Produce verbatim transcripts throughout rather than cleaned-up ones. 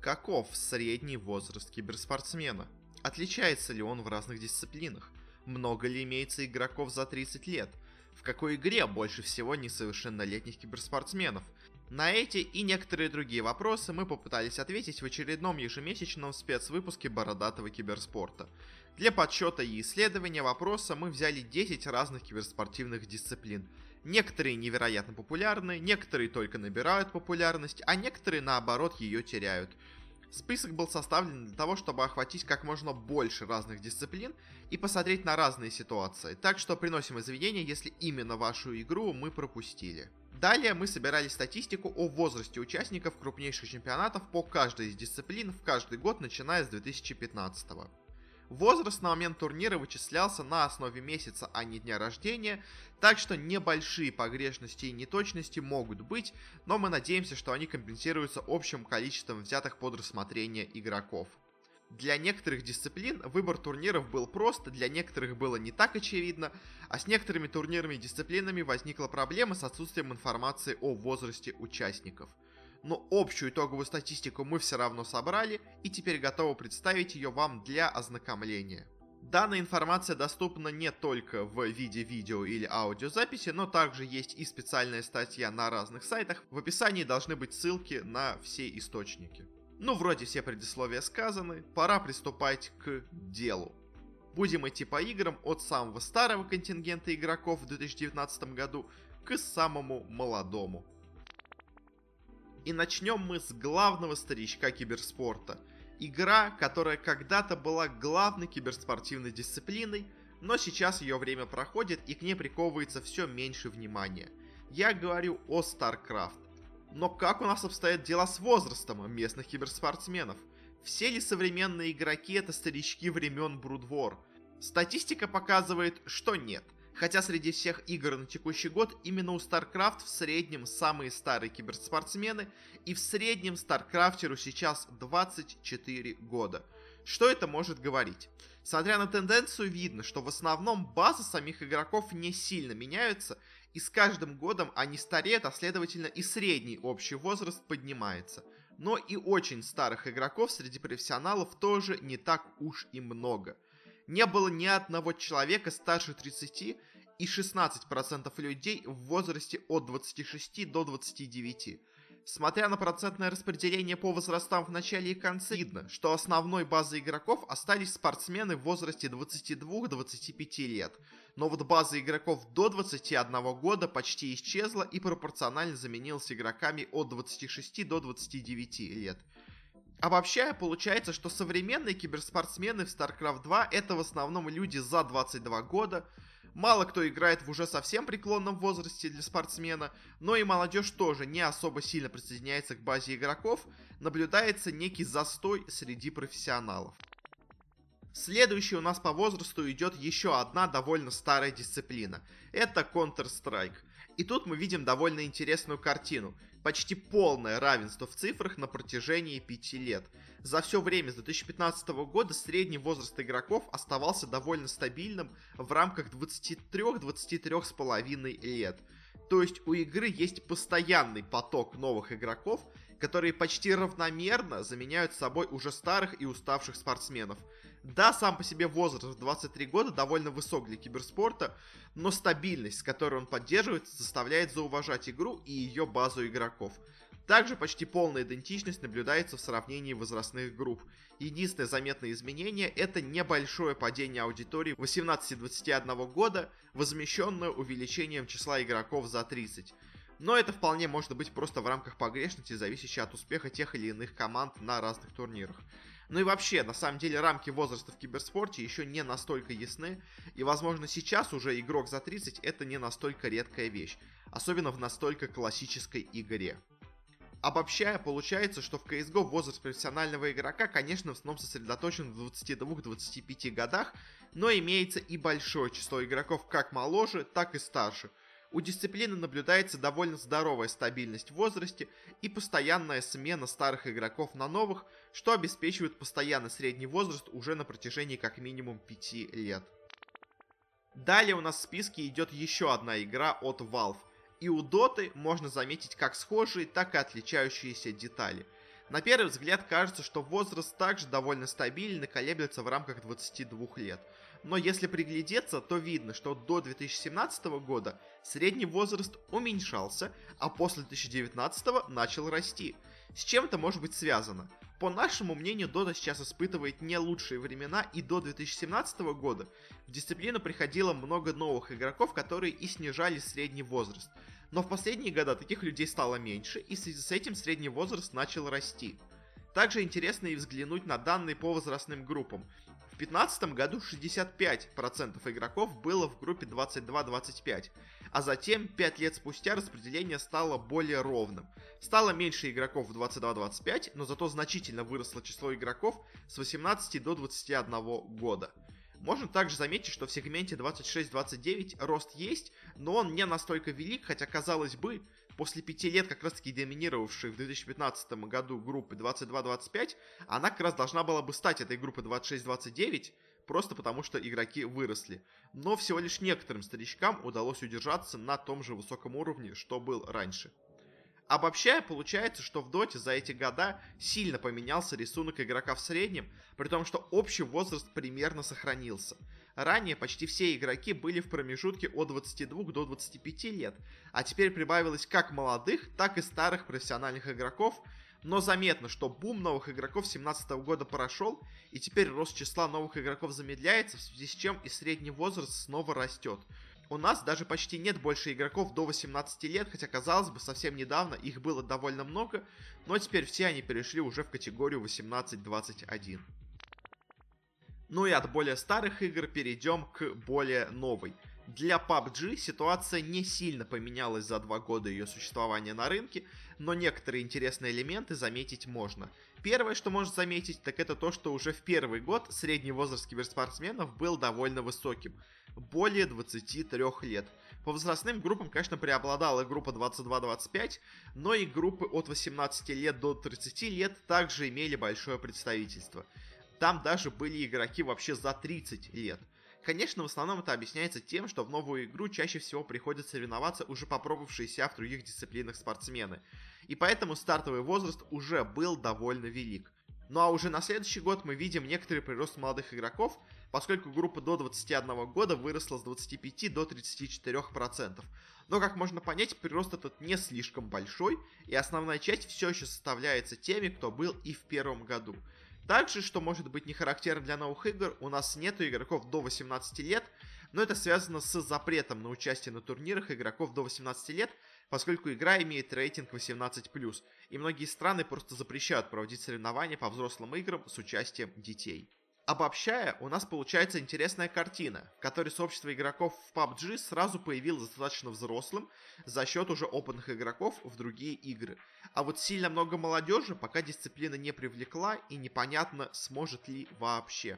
Каков средний возраст киберспортсмена? Отличается ли он в разных дисциплинах? Много ли имеется игроков за тридцать лет? В какой игре больше всего несовершеннолетних киберспортсменов? На эти и некоторые другие вопросы мы попытались ответить в очередном ежемесячном спецвыпуске Бородатого киберспорта. Для подсчета и исследования вопроса мы взяли десять разных киберспортивных дисциплин. Некоторые невероятно популярны, некоторые только набирают популярность, а некоторые наоборот ее теряют. Список был составлен для того, чтобы охватить как можно больше разных дисциплин и посмотреть на разные ситуации, так что приносим извинения, если именно вашу игру мы пропустили. Далее мы собирали статистику о возрасте участников крупнейших чемпионатов по каждой из дисциплин в каждый год, начиная с две тысячи пятнадцатого. Возраст на момент турнира вычислялся на основе месяца, а не дня рождения, так что небольшие погрешности и неточности могут быть, но мы надеемся, что они компенсируются общим количеством взятых под рассмотрение игроков. Для некоторых дисциплин выбор турниров был прост, для некоторых было не так очевидно, а с некоторыми турнирами и дисциплинами возникла проблема с отсутствием информации о возрасте участников. Но общую итоговую статистику мы все равно собрали и теперь готовы представить ее вам для ознакомления. Данная информация доступна не только в виде видео или аудиозаписи, но также есть и специальная статья на разных сайтах. В описании должны быть ссылки на все источники. Ну, вроде все предисловия сказаны, пора приступать к делу. Будем идти по играм от самого старого контингента игроков в две тысячи девятнадцатом году к самому молодому. И начнем мы с главного старичка киберспорта. Игра, которая когда-то была главной киберспортивной дисциплиной, но сейчас ее время проходит и к ней приковывается все меньше внимания. Я говорю о StarCraft. Но как у нас обстоят дела с возрастом местных киберспортсменов? Все ли современные игроки это старички времен Brood War? Статистика показывает, что нет. Хотя среди всех игр на текущий год именно у StarCraft в среднем самые старые киберспортсмены, и в среднем StarCrafтеру сейчас двадцать четыре года. Что это может говорить? Смотря на тенденцию, видно, что в основном базы самих игроков не сильно меняются, и с каждым годом они стареют, а следовательно и средний общий возраст поднимается. Но и очень старых игроков среди профессионалов тоже не так уж и много. Не было ни одного человека старше тридцати, и шестнадцать процентов людей в возрасте от двадцати шести до двадцати девяти. Смотря на процентное распределение по возрастам в начале и конце, видно, что основной базой игроков остались спортсмены в возрасте двадцати двух — двадцати пяти лет. Но вот база игроков до двадцати одного года почти исчезла и пропорционально заменилась игроками от двадцати шести до двадцати девяти лет. Обобщая, получается, что современные киберспортсмены в StarCraft два это в основном люди за двадцать два года. Мало кто играет в уже совсем преклонном возрасте для спортсмена, но и молодежь тоже не особо сильно присоединяется к базе игроков, наблюдается некий застой среди профессионалов. Следующей у нас по возрасту идет еще одна довольно старая дисциплина. Это Counter-Strike. И тут мы видим довольно интересную картину. Почти полное равенство в цифрах на протяжении пяти лет. За все время с две тысячи пятнадцатого года средний возраст игроков оставался довольно стабильным в рамках двадцати трёх — двадцати трёх с половиной лет. То есть у игры есть постоянный поток новых игроков, которые почти равномерно заменяют собой уже старых и уставших спортсменов. Да, сам по себе возраст в двадцать три года довольно высок для киберспорта, но стабильность, с которой он поддерживается, заставляет зауважать игру и ее базу игроков. Также почти полная идентичность наблюдается в сравнении возрастных групп. Единственное заметное изменение — это небольшое падение аудитории восемнадцати — двадцати одного года, возмещенное увеличением числа игроков за тридцать. Но это вполне может быть просто в рамках погрешности, зависящей от успеха тех или иных команд на разных турнирах. Ну и вообще, на самом деле, рамки возраста в киберспорте еще не настолько ясны, и, возможно, сейчас уже игрок за тридцать это не настолько редкая вещь, особенно в настолько классической игре. Обобщая, получается, что в си эс го возраст профессионального игрока, конечно, в основном сосредоточен в двадцати двух — двадцати пяти годах, но имеется и большое число игроков как моложе, так и старше. У дисциплины наблюдается довольно здоровая стабильность в возрасте и постоянная смена старых игроков на новых, что обеспечивает постоянный средний возраст уже на протяжении как минимум пяти лет. Далее у нас в списке идет еще одна игра от Valve. И у Доты можно заметить как схожие, так и отличающиеся детали. На первый взгляд кажется, что возраст также довольно стабильный, колеблется в рамках двадцати двух лет. Но если приглядеться, то видно, что до две тысячи семнадцатого года средний возраст уменьшался, а после две тысячи девятнадцатого начал расти. С чем это может быть связано? По нашему мнению, Dota сейчас испытывает не лучшие времена, и до две тысячи семнадцатого года в дисциплину приходило много новых игроков, которые и снижали средний возраст. Но в последние годы таких людей стало меньше, и в связи с этим средний возраст начал расти. Также интересно и взглянуть на данные по возрастным группам. В две тысячи пятнадцатом году шестьдесят пять процентов игроков было в группе двадцать два двадцать пять, а затем пять лет спустя распределение стало более ровным. Стало меньше игроков в двадцать два двадцать пять, но зато значительно выросло число игроков с восемнадцати до двадцати одного года. Можно также заметить, что в сегменте двадцать шесть двадцать девять рост есть, но он не настолько велик, хотя, казалось бы, после пяти лет как раз таки доминировавшей в две тысячи пятнадцатом году группы двадцать два двадцать пять, она как раз должна была бы стать этой группой двадцать шесть двадцать девять, просто потому что игроки выросли. Но всего лишь некоторым старичкам удалось удержаться на том же высоком уровне, что был раньше. Обобщая, получается, что в доте за эти года сильно поменялся рисунок игрока в среднем, при том, что общий возраст примерно сохранился. Ранее почти все игроки были в промежутке от двадцати двух до двадцати пяти лет, а теперь прибавилось как молодых, так и старых профессиональных игроков, но заметно, что бум новых игроков с две тысячи семнадцатого года прошел, и теперь рост числа новых игроков замедляется, в связи с чем и средний возраст снова растет. У нас даже почти нет больше игроков до восемнадцати лет, хотя, казалось бы, совсем недавно их было довольно много, но теперь все они перешли уже в категорию восемнадцать двадцать один. Ну и от более старых игр перейдем к более новой. Для пабг ситуация не сильно поменялась за два года ее существования на рынке, но некоторые интересные элементы заметить можно. Первое, что можно заметить, так это то, что уже в первый год средний возраст киберспортсменов был довольно высоким. Более двадцати трёх лет. По возрастным группам, конечно, преобладала группа двадцать два двадцать пять, но и группы от восемнадцати лет до тридцати лет также имели большое представительство. Там даже были игроки вообще за тридцать лет. Конечно, в основном это объясняется тем, что в новую игру чаще всего приходят соревноваться уже попробовавшие себя в других дисциплинах спортсмены. И поэтому стартовый возраст уже был довольно велик. Ну а уже на следующий год мы видим некоторый прирост молодых игроков, поскольку группа до двадцати одного года выросла с двадцати пяти до тридцати четырёх процентов. Но, как можно понять, прирост этот не слишком большой, и основная часть все еще составляется теми, кто был и в первом году. Также, что может быть не характерно для новых игр, у нас нету игроков до восемнадцати лет, но это связано с запретом на участие на турнирах игроков до восемнадцати лет, поскольку игра имеет рейтинг восемнадцать плюс, и многие страны просто запрещают проводить соревнования по взрослым играм с участием детей. Обобщая, у нас получается интересная картина, в которой сообщество игроков в пабг сразу появилось достаточно взрослым за счет уже опытных игроков в другие игры. А вот сильно много молодежи пока дисциплина не привлекла, и непонятно, сможет ли вообще.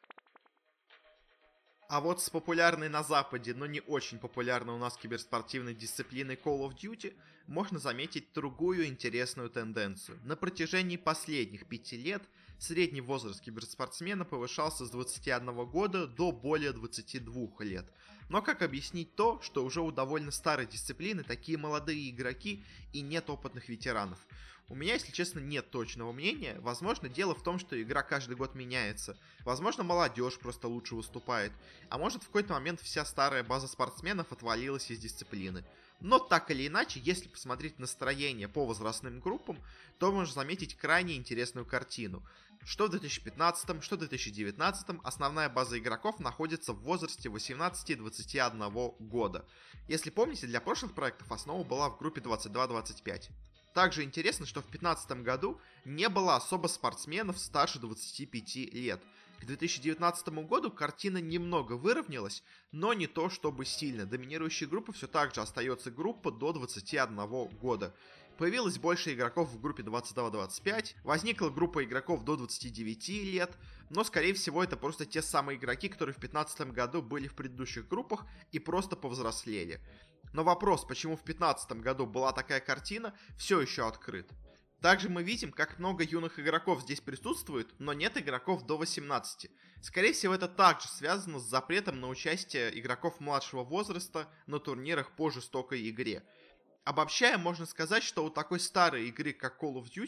А вот с популярной на Западе, но не очень популярной у нас киберспортивной дисциплиной Call of Duty можно заметить другую интересную тенденцию. На протяжении последних пяти лет средний возраст киберспортсмена повышался с двадцати одного года до более двадцати двух лет. Но как объяснить то, что уже у довольно старой дисциплины такие молодые игроки и нет опытных ветеранов? У меня, если честно, нет точного мнения. Возможно, дело в том, что игра каждый год меняется. Возможно, молодежь просто лучше выступает. А может, в какой-то момент вся старая база спортсменов отвалилась из дисциплины. Но так или иначе, если посмотреть настроение по возрастным группам, то можно заметить крайне интересную картину. Что в две тысячи пятнадцатом, что в две тысячи девятнадцатом основная база игроков находится в возрасте восемнадцати двадцати одного года. Если помните, для прошлых проектов основа была в группе двадцать два двадцать пять. Также интересно, что в две тысячи пятнадцатом году не было особо спортсменов старше двадцати пяти лет. К две тысячи девятнадцатому году картина немного выровнялась, но не то чтобы сильно. Доминирующей группой все так же остается группа до двадцати одного года. Появилось больше игроков в группе двадцать два двадцать пять, возникла группа игроков до двадцати девяти лет, но скорее всего это просто те самые игроки, которые в две тысячи пятнадцатом году были в предыдущих группах и просто повзрослели. Но вопрос, почему в две тысячи пятнадцатом году была такая картина, все еще открыт. Также мы видим, как много юных игроков здесь присутствует, но нет игроков до восемнадцати. Скорее всего, это также связано с запретом на участие игроков младшего возраста на турнирах по жестокой игре. Обобщая, можно сказать, что у такой старой игры, как Call of Duty,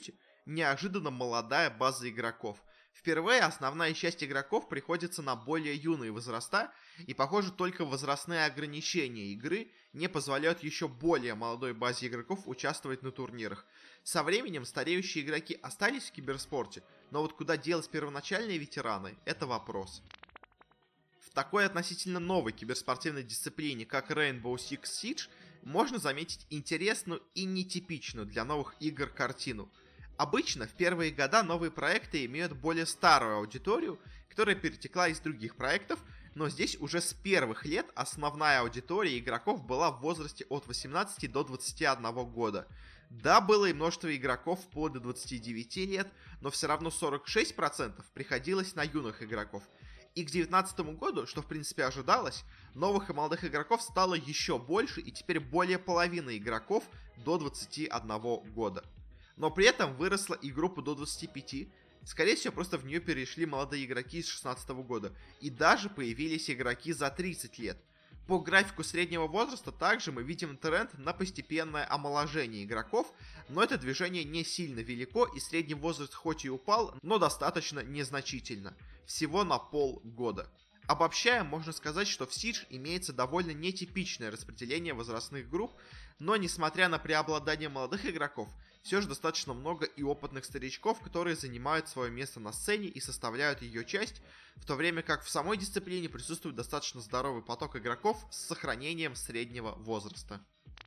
неожиданно молодая база игроков. Впервые основная часть игроков приходится на более юные возраста, и, похоже, только возрастные ограничения игры не позволяют еще более молодой базе игроков участвовать на турнирах. Со временем стареющие игроки остались в киберспорте, но вот куда делись первоначальные ветераны – это вопрос. В такой относительно новой киберспортивной дисциплине, как Rainbow Six Siege, можно заметить интересную и нетипичную для новых игр картину. Обычно в первые года новые проекты имеют более старую аудиторию, которая перетекла из других проектов, но здесь уже с первых лет основная аудитория игроков была в возрасте от восемнадцати до двадцати одного года. Да, было и множество игроков вплоть до двадцати девяти лет, но все равно сорок шесть процентов приходилось на юных игроков. И к две тысячи девятнадцатому году, что в принципе ожидалось, новых и молодых игроков стало еще больше, и теперь более половины игроков до двадцати одного года. Но при этом выросла и группа до двадцати пяти. Скорее всего, просто в нее перешли молодые игроки с шестнадцатого года. И даже появились игроки за тридцать лет. По графику среднего возраста также мы видим тренд на постепенное омоложение игроков, но это движение не сильно велико, и средний возраст хоть и упал, но достаточно незначительно. Всего на полгода. Обобщая, можно сказать, что в Siege имеется довольно нетипичное распределение возрастных групп, но несмотря на преобладание молодых игроков, все же достаточно много и опытных старичков, которые занимают свое место на сцене и составляют ее часть, в то время как в самой дисциплине присутствует достаточно здоровый поток игроков с сохранением среднего возраста.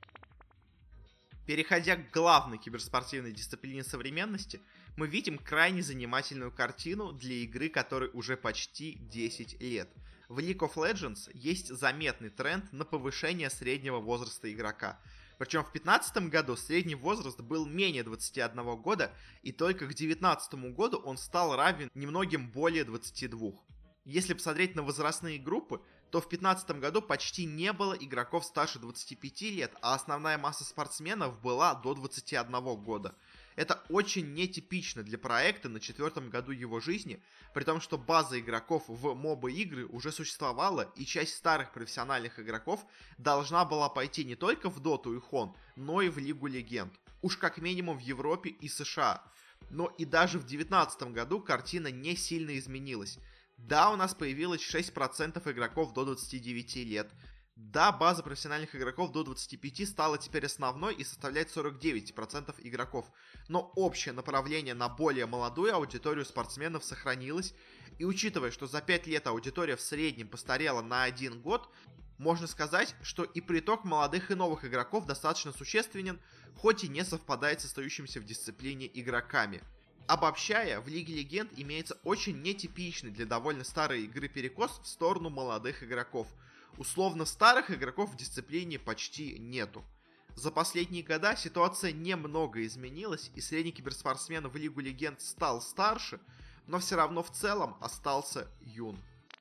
Переходя к главной киберспортивной дисциплине современности, мы видим крайне занимательную картину для игры, которой уже почти десять лет. В League of Legends есть заметный тренд на повышение среднего возраста игрока. Причем в две тысячи пятнадцатом году средний возраст был менее двадцати одного года, и только к две тысячи девятнадцатому году он стал равен немногим более двадцати двух. Если посмотреть на возрастные группы, то в две тысячи пятнадцатом году почти не было игроков старше двадцати пяти лет, а основная масса спортсменов была до двадцати одного года. Это очень нетипично для проекта на четвертом году его жизни, при том, что база игроков в моба-игры уже существовала, и часть старых профессиональных игроков должна была пойти не только в Доту и Хон, но и в Лигу Легенд. Уж как минимум в Европе и США. Но и даже в две тысячи девятнадцатом году картина не сильно изменилась. Да, у нас появилось шесть процентов игроков до двадцати девяти лет. Да, база профессиональных игроков до двадцати пяти стала теперь основной и составляет сорок девять процентов игроков. Но общее направление на более молодую аудиторию спортсменов сохранилось. И учитывая, что за пять лет аудитория в среднем постарела на один год, можно сказать, что и приток молодых и новых игроков достаточно существенен, хоть и не совпадает с остающимися в дисциплине игроками. Обобщая, в Лиге Легенд имеется очень нетипичный для довольно старой игры перекос в сторону молодых игроков. Условно старых игроков в дисциплине почти нету. За последние года ситуация немного изменилась, и средний киберспортсмен в Лигу Легенд стал старше, но все равно в целом остался юн.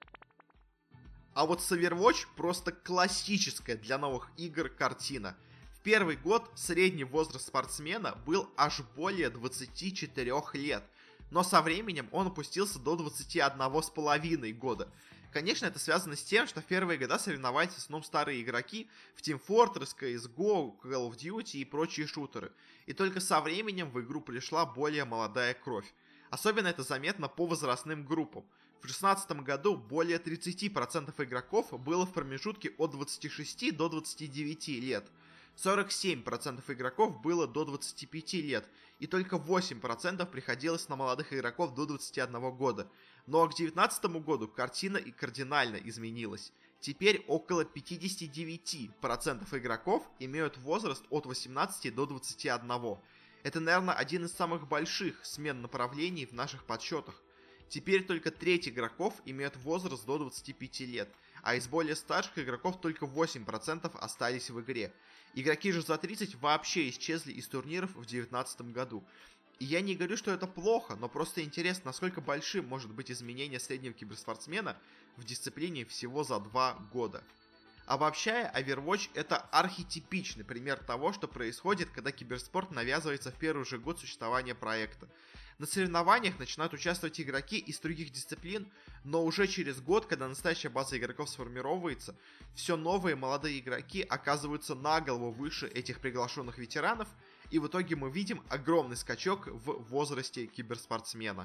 А вот с Overwatch просто классическая для новых игр картина. В первый год средний возраст спортсмена был аж более двадцати четырёх лет, но со временем он опустился до двадцати одного с половиной года. Конечно, это связано с тем, что в первые года соревновались в основном старые игроки в Team Fortress, си эс го, Call of Duty и прочие шутеры. И только со временем в игру пришла более молодая кровь. Особенно это заметно по возрастным группам. В две тысячи шестнадцатом году более тридцати процентов игроков было в промежутке от двадцати шести до двадцати девяти лет. сорок семь процентов игроков было до двадцати пяти лет, и только восемь процентов приходилось на молодых игроков до двадцати одного года. Но к две тысячи девятнадцатому году картина и кардинально изменилась. Теперь около пятидесяти девяти процентов игроков имеют возраст от восемнадцати до двадцати одного. Это, наверное, один из самых больших смен направлений в наших подсчетах. Теперь только треть игроков имеют возраст до двадцати пяти лет, а из более старших игроков только восемь процентов остались в игре. Игроки же за тридцать вообще исчезли из турниров в две тысячи девятнадцатом году. И я не говорю, что это плохо, но просто интересно, насколько большим может быть изменение среднего киберспортсмена в дисциплине всего за два года. Обобщая, Overwatch — это архетипичный пример того, что происходит, когда киберспорт навязывается в первый же год существования проекта. На соревнованиях начинают участвовать игроки из других дисциплин, но уже через год, когда настоящая база игроков сформировывается, все новые молодые игроки оказываются на голову выше этих приглашенных ветеранов, и в итоге мы видим огромный скачок в возрасте киберспортсмена.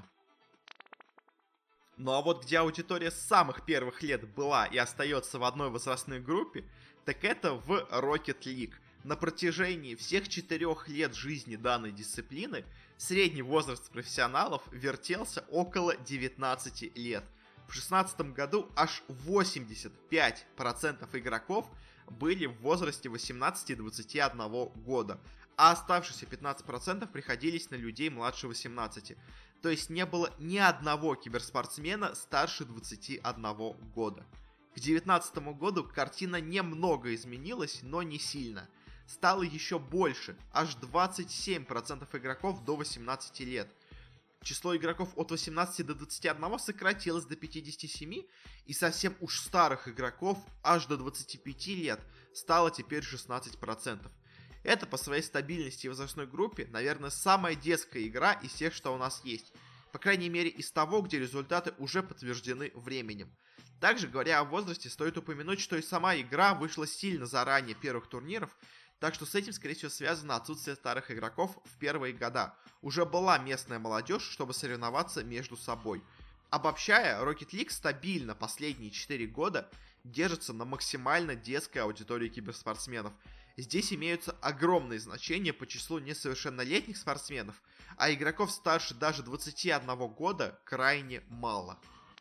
Ну а вот где аудитория с самых первых лет была и остается в одной возрастной группе, так это в Rocket League. На протяжении всех четырех лет жизни данной дисциплины средний возраст профессионалов вертелся около девятнадцати лет. В две тысячи шестнадцатом году аж восемьдесят пять процентов игроков были в возрасте восемнадцати-двадцати одного года, а оставшиеся пятнадцать процентов приходились на людей младше восемнадцати. То есть не было ни одного киберспортсмена старше двадцати одного года. К две тысячи девятнадцатому году картина немного изменилась, но не сильно. Стало еще больше, аж двадцать семь процентов игроков до восемнадцати лет. Число игроков от восемнадцати до двадцати одного сократилось до пятидесяти семи, и совсем уж старых игроков аж до двадцати пяти лет стало теперь шестнадцать процентов. Это по своей стабильности и возрастной группе, наверное, самая детская игра из тех, что у нас есть. По крайней мере, из того, где результаты уже подтверждены временем. Также, говоря о возрасте, стоит упомянуть, что и сама игра вышла сильно заранее первых турниров, так что с этим, скорее всего, связано отсутствие старых игроков в первые года. Уже была местная молодежь, чтобы соревноваться между собой. Обобщая, Rocket League стабильно последние четыре года держится на максимально детской аудитории киберспортсменов. Здесь имеются огромные значения по числу несовершеннолетних спортсменов, а игроков старше даже двадцати одного года крайне мало.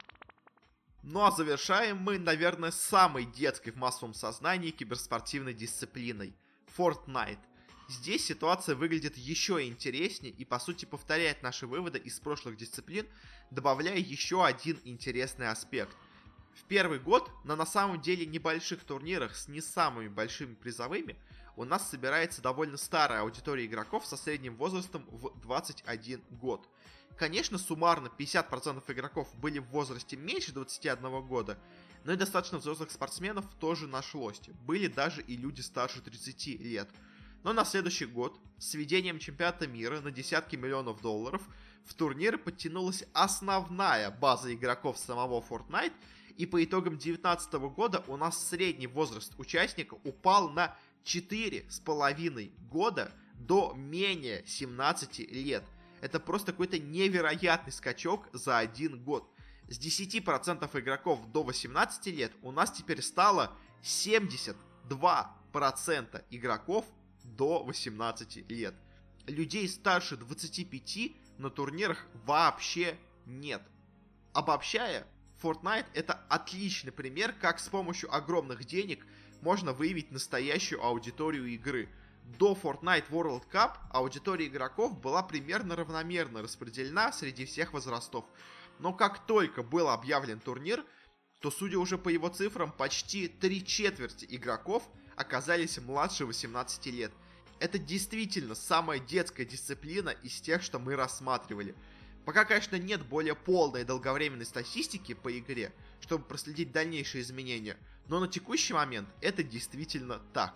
Ну а завершаем мы, наверное, самой детской в массовом сознании киберспортивной дисциплиной – Fortnite. Здесь ситуация выглядит еще интереснее и по сути повторяет наши выводы из прошлых дисциплин, добавляя еще один интересный аспект. В первый год на на самом деле небольших турнирах с не самыми большими призовыми у нас собирается довольно старая аудитория игроков со средним возрастом в двадцать один год. Конечно, суммарно пятьдесят процентов игроков были в возрасте меньше двадцати одного года, но и достаточно взрослых спортсменов тоже нашлось. Были даже и люди старше тридцати лет. Но на следующий год с введением чемпионата мира на десятки миллионов долларов в турниры подтянулась основная база игроков самого Fortnite, и по итогам две тысячи девятнадцатого года у нас средний возраст участника упал на четыре с половиной года до менее семнадцати лет. Это просто какой-то невероятный скачок за один год. С десяти процентов игроков до восемнадцати лет у нас теперь стало семьдесят два процента игроков до восемнадцати лет. Людей старше двадцати пяти на турнирах вообще нет. Обобщая, Fortnite — это отличный пример, как с помощью огромных денег можно выявить настоящую аудиторию игры. До Fortnite World Cup аудитория игроков была примерно равномерно распределена среди всех возрастов. Но как только был объявлен турнир, то, судя уже по его цифрам, почти три четверти игроков оказались младше восемнадцати лет. Это действительно самая детская дисциплина из тех, что мы рассматривали. Пока, конечно, нет более полной и долговременной статистики по игре, чтобы проследить дальнейшие изменения, но на текущий момент это действительно так.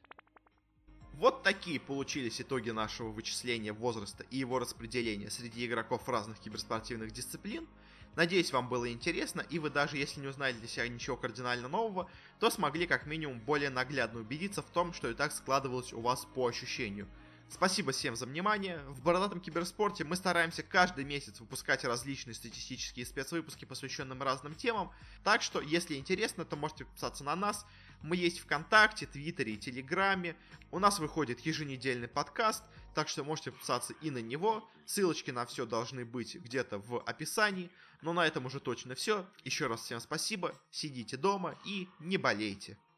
Вот такие получились итоги нашего вычисления возраста и его распределения среди игроков разных киберспортивных дисциплин. Надеюсь, вам было интересно, и вы даже если не узнали для себя ничего кардинально нового, то смогли как минимум более наглядно убедиться в том, что и так складывалось у вас по ощущению. Спасибо всем за внимание. В Бородатом Киберспорте мы стараемся каждый месяц выпускать различные статистические спецвыпуски, посвященным разным темам. Так что, если интересно, то можете подписаться на нас. Мы есть в ВКонтакте, Твиттере и Телеграме. У нас выходит еженедельный подкаст, так что можете подписаться и на него. Ссылочки на все должны быть где-то в описании. Но на этом уже точно все. Еще раз всем спасибо. Сидите дома и не болейте.